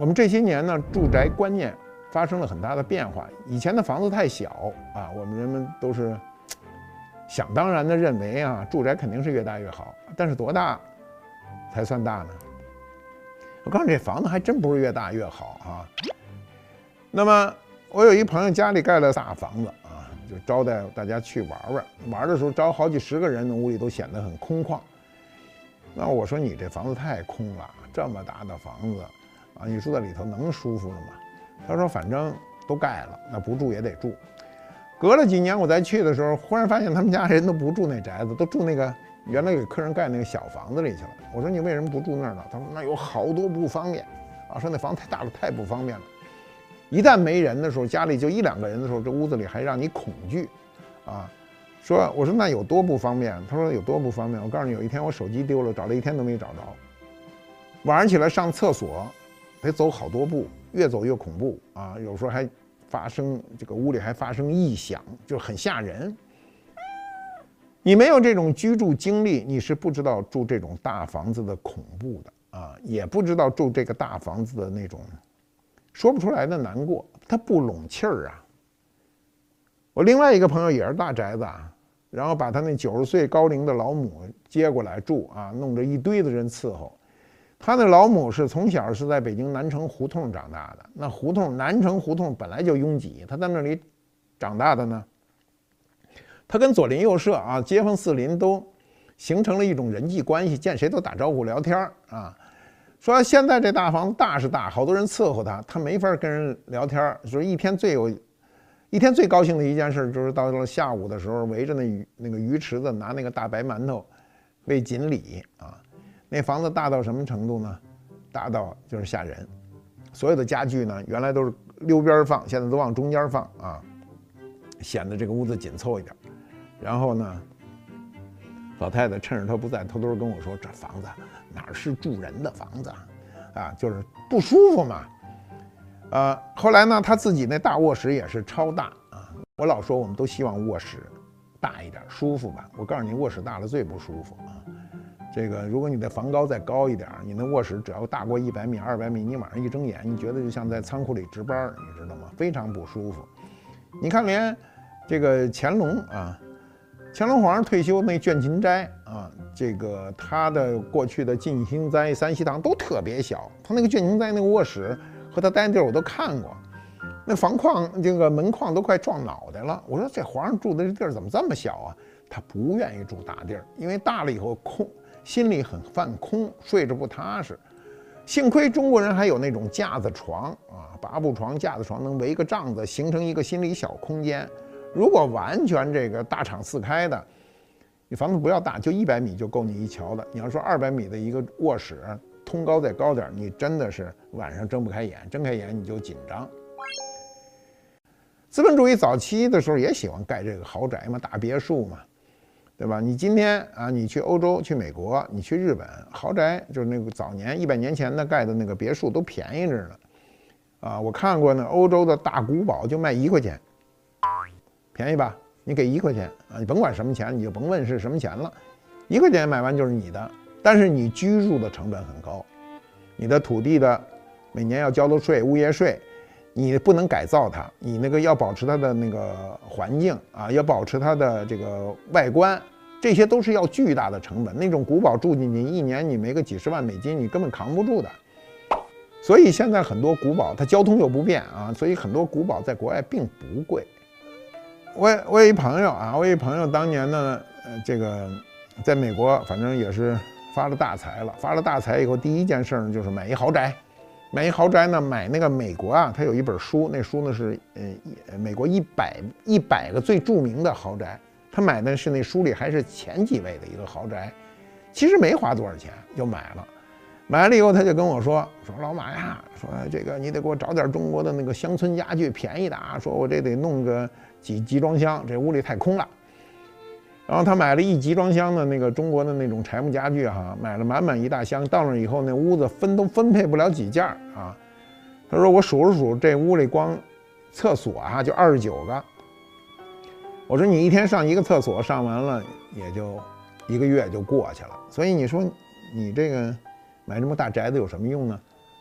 我们这些年呢，住宅观念发生了很大的变化。以前的房子太小啊，我们人们都是想当然的认为啊，住宅肯定是越大越好。但是多大才算大呢？我告诉你，这房子还真不是越大越好啊。那么我有一朋友家里盖了大房子啊，就招待大家去玩玩。玩的时候招好几十个人，那屋里都显得很空旷。那我说你这房子太空了，这么大的房子啊，你住在里头能舒服了吗？他说反正都盖了，那不住也得住。隔了几年我再去的时候，忽然发现他们家人都不住那宅子，都住那个原来给客人盖那个小房子里去了。我说你为什么不住那儿呢？他说那有好多不方便啊，说那房子太大了，太不方便了。一旦没人的时候，家里就1、2个人的时候，这屋子里还让你恐惧啊。我说那有多不方便？他说有多不方便？我告诉你，有一天我手机丢了，找了1天都没找着。晚上起来上厕所得走好多步，越走越恐怖啊！有时候还发生这个屋里还发生异响，就很吓人。你没有这种居住经历，你是不知道住这种大房子的恐怖的啊，也不知道住这个大房子的那种说不出来的难过，它不拢气儿啊。我另外一个朋友也是大宅子啊，然后把他那90岁高龄的老母接过来住啊，弄着一堆的人伺候。他那老母是从小是在北京南城胡同长大的，那胡同南城胡同本来就拥挤，他在那里长大的呢，他跟左邻右舍啊、街坊四邻都形成了一种人际关系，见谁都打招呼聊天啊。说现在这大房子大是大，好多人伺候他，他没法跟人聊天。说一天最高兴的一件事，就是到了下午的时候，围着那个鱼池子，拿那个大白馒头喂锦鲤啊。那房子大到什么程度呢？大到就是吓人。所有的家具呢，原来都是溜边放，现在都往中间放啊，显得这个屋子紧凑一点。然后呢，老太太趁着他不在，偷偷跟我说：“这房子哪是住人的房子啊？就是不舒服嘛。”后来呢，他自己那大卧室也是超大啊。我老说我们都希望卧室大一点，舒服吧。我告诉你，卧室大了最不舒服啊。这个如果你的房高再高一点，你那卧室只要大过100米、200米，你晚上一睁眼，你觉得就像在仓库里值班，你知道吗？非常不舒服。你看，连这个乾隆啊，乾隆皇上退休那倦勤斋啊，这个他的过去的静心斋、三希堂都特别小，他那个倦勤斋那个卧室和他待的地儿我都看过，那房框这个门框都快撞脑袋了。我说这皇上住的这地儿怎么这么小啊？他不愿意住大地儿，因为大了以后空。心里很犯空，睡着不踏实。幸亏中国人还有那种架子床啊，8步床、架子床能围个帐子，形成一个心理小空间。如果完全这个大敞四开的，你房子不要大，就100米就够你一瞧的。你要说200米的一个卧室，通高再高点，你真的是晚上睁不开眼，睁开眼你就紧张。资本主义早期的时候也喜欢盖这个豪宅嘛，大别墅嘛。对吧？你今天啊，你去欧洲、去美国、你去日本，豪宅就是那个早年100年前的盖的那个别墅都便宜着呢，啊，我看过呢，欧洲的大古堡就卖1块钱，便宜吧？你给1块钱啊，你甭管什么钱，你就甭问是什么钱了，1块钱买完就是你的。但是你居住的成本很高，你的土地的每年要交的税、物业税，你不能改造它，你那个要保持它的那个环境啊，要保持它的这个外观。这些都是要巨大的成本，那种古堡住进去1年你没个几十万美金，你根本扛不住的。所以现在很多古堡它交通又不便啊，所以很多古堡在国外并不贵。我有一朋友啊，当年呢，这个在美国反正也是发了大财了，发了大财以后第一件事呢就是买一豪宅。买一豪宅呢，买那个美国啊，他有一本书，那书呢是美国100个最著名的豪宅。他买的是那书里还是前几位的一个豪宅，其实没花多少钱就买了。买了以后他就跟我说老马呀，说这个你得给我找点中国的那个乡村家具便宜的啊，说我这得弄个几集装箱，这屋里太空了。然后他买了1集装箱的那个中国的那种柴木家具哈，买了满满一大箱，到那以后那屋子都分配不了几件啊。他说我数了数，这屋里光厕所啊就29个。我说你一天上一个厕所，上完了也就1个月就过去了。所以你说你这个买这么大宅子有什么用呢？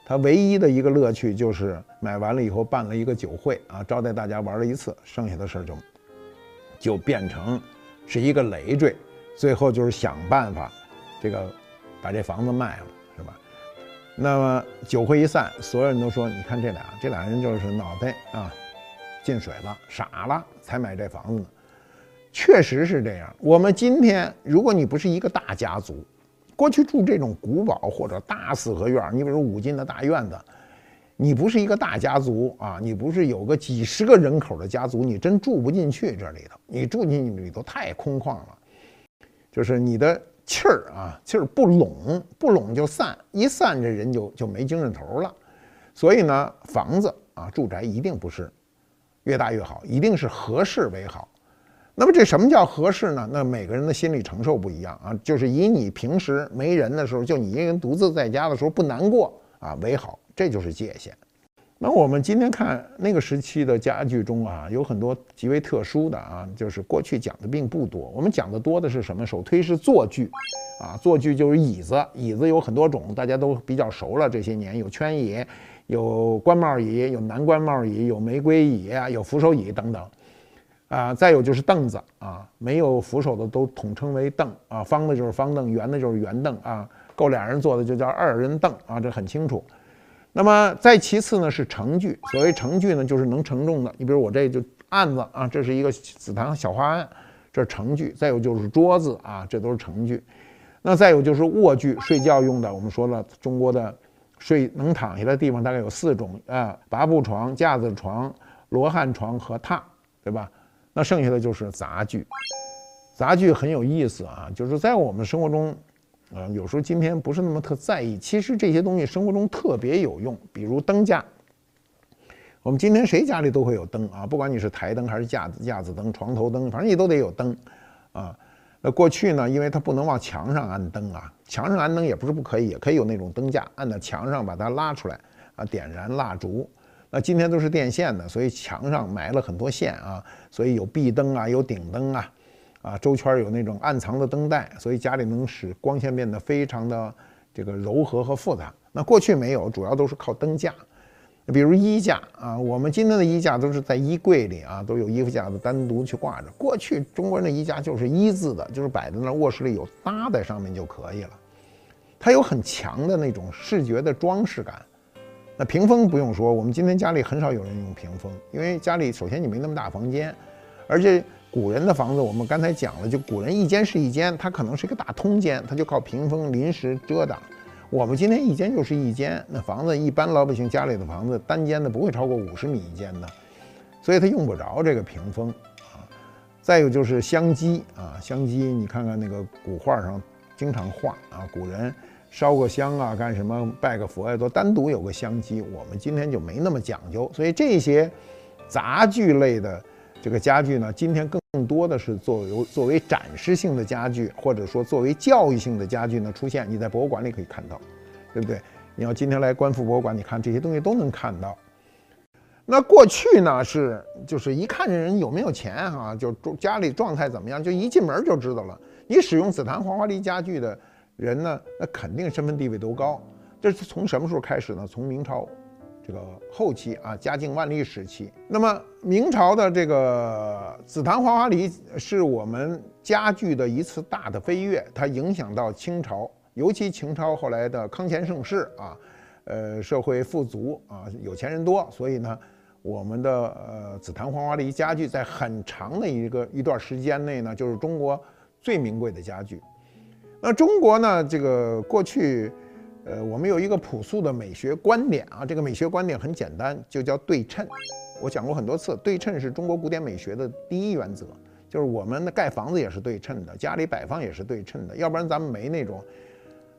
他唯一的一个乐趣就是买完了以后办了一个酒会啊，招待大家玩了一次，剩下的事儿就变成是一个累赘，最后就是想办法这个把这房子卖了，是吧？那么酒会一散，所有人都说，你看这俩人就是脑袋啊进水了，傻了才买这房子呢。确实是这样。我们今天，如果你不是一个大家族，过去住这种古堡或者大四合院，你比如5进的大院子，你不是一个大家族啊，你不是有个几十个人口的家族，你真住不进去这里头。你住进去里头太空旷了，就是你的气儿不拢就散，一散这人就没精神头了。所以呢，房子啊，住宅一定不是越大越好，一定是合适为好。那么这什么叫合适呢？那每个人的心理承受不一样啊，就是以你平时没人的时候，就你一个人独自在家的时候不难过啊为好，这就是界限。那我们今天看那个时期的家具中啊，有很多极为特殊的啊，就是过去讲的并不多。我们讲的多的是什么？首推是坐具啊，坐具就是椅子，椅子有很多种，大家都比较熟了。这些年有圈椅，有官帽椅，有男官帽椅，有玫瑰椅啊，有扶手椅等等。再有就是凳子啊，没有扶手的都统称为凳啊，方的就是方凳，圆的就是圆凳啊，够2人坐的就叫2人凳啊，这很清楚。那么再其次呢是承具，所谓承具呢就是能承重的，你比如我这就案子啊，这是一个紫檀小花案，这是承具。再有就是桌子啊，这都是承具。那再有就是卧具，睡觉用的，我们说了，中国的能躺下的地方大概有4种啊，拔步床、架子床、罗汉床和榻，对吧？那剩下的就是杂具。杂具很有意思啊，就是在我们生活中有时候今天不是那么特在意，其实这些东西生活中特别有用。比如灯架，我们今天谁家里都会有灯啊，不管你是台灯还是架子灯、床头灯，反正你都得有灯啊。那过去呢，因为它不能往墙上安灯啊，墙上安灯也不是不可以，也可以有那种灯架按到墙上把它拉出来啊，点燃蜡烛。那今天都是电线的，所以墙上埋了很多线啊，所以有壁灯啊，有顶灯啊，周圈有那种暗藏的灯带，所以家里能使光线变得非常的这个柔和和复杂。那过去没有，主要都是靠灯架。比如衣架啊，我们今天的衣架都是在衣柜里啊，都有衣服架子单独去挂着。过去中国人的衣架就是一字的，就是摆在那卧室里有搭在上面就可以了。它有很强的那种视觉的装饰感。那屏风不用说，我们今天家里很少有人用屏风，因为家里首先你没那么大房间，而且古人的房子我们刚才讲了，就古人一间是一间，它可能是一个大通间，它就靠屏风临时遮挡。我们今天一间就是一间，那房子一般老百姓家里的房子单间的不会超过50米一间的，所以它用不着这个屏风啊。再有就是香积啊，香积你看看那个古画上经常画啊，古人烧个香啊，干什么拜个佛呀，都单独有个香积。我们今天就没那么讲究，所以这些杂具类的这个家具呢，今天更多的是作为展示性的家具，或者说作为教育性的家具呢出现。你在博物馆里可以看到，对不对？你要今天来观复博物馆，你看这些东西都能看到。那过去呢就是一看这人有没有钱啊，就家里状态怎么样，就一进门就知道了。你使用紫檀黄花梨家具的人呢，那肯定身份地位都高。这是从什么时候开始呢？从明朝这个后期啊，嘉靖万历时期。那么明朝的这个紫檀黄花梨是我们家具的一次大的飞跃，它影响到清朝，尤其清朝后来的康乾盛世啊，社会富足啊，有钱人多，所以呢，我们的紫檀黄花梨家具在很长的一段时间内呢，就是中国最名贵的家具。那中国呢，这个过去，我们有一个朴素的美学观点啊，这个美学观点很简单，就叫对称。我讲过很多次，对称是中国古典美学的第一原则，就是我们的盖房子也是对称的，家里摆放也是对称的，要不然咱们没那种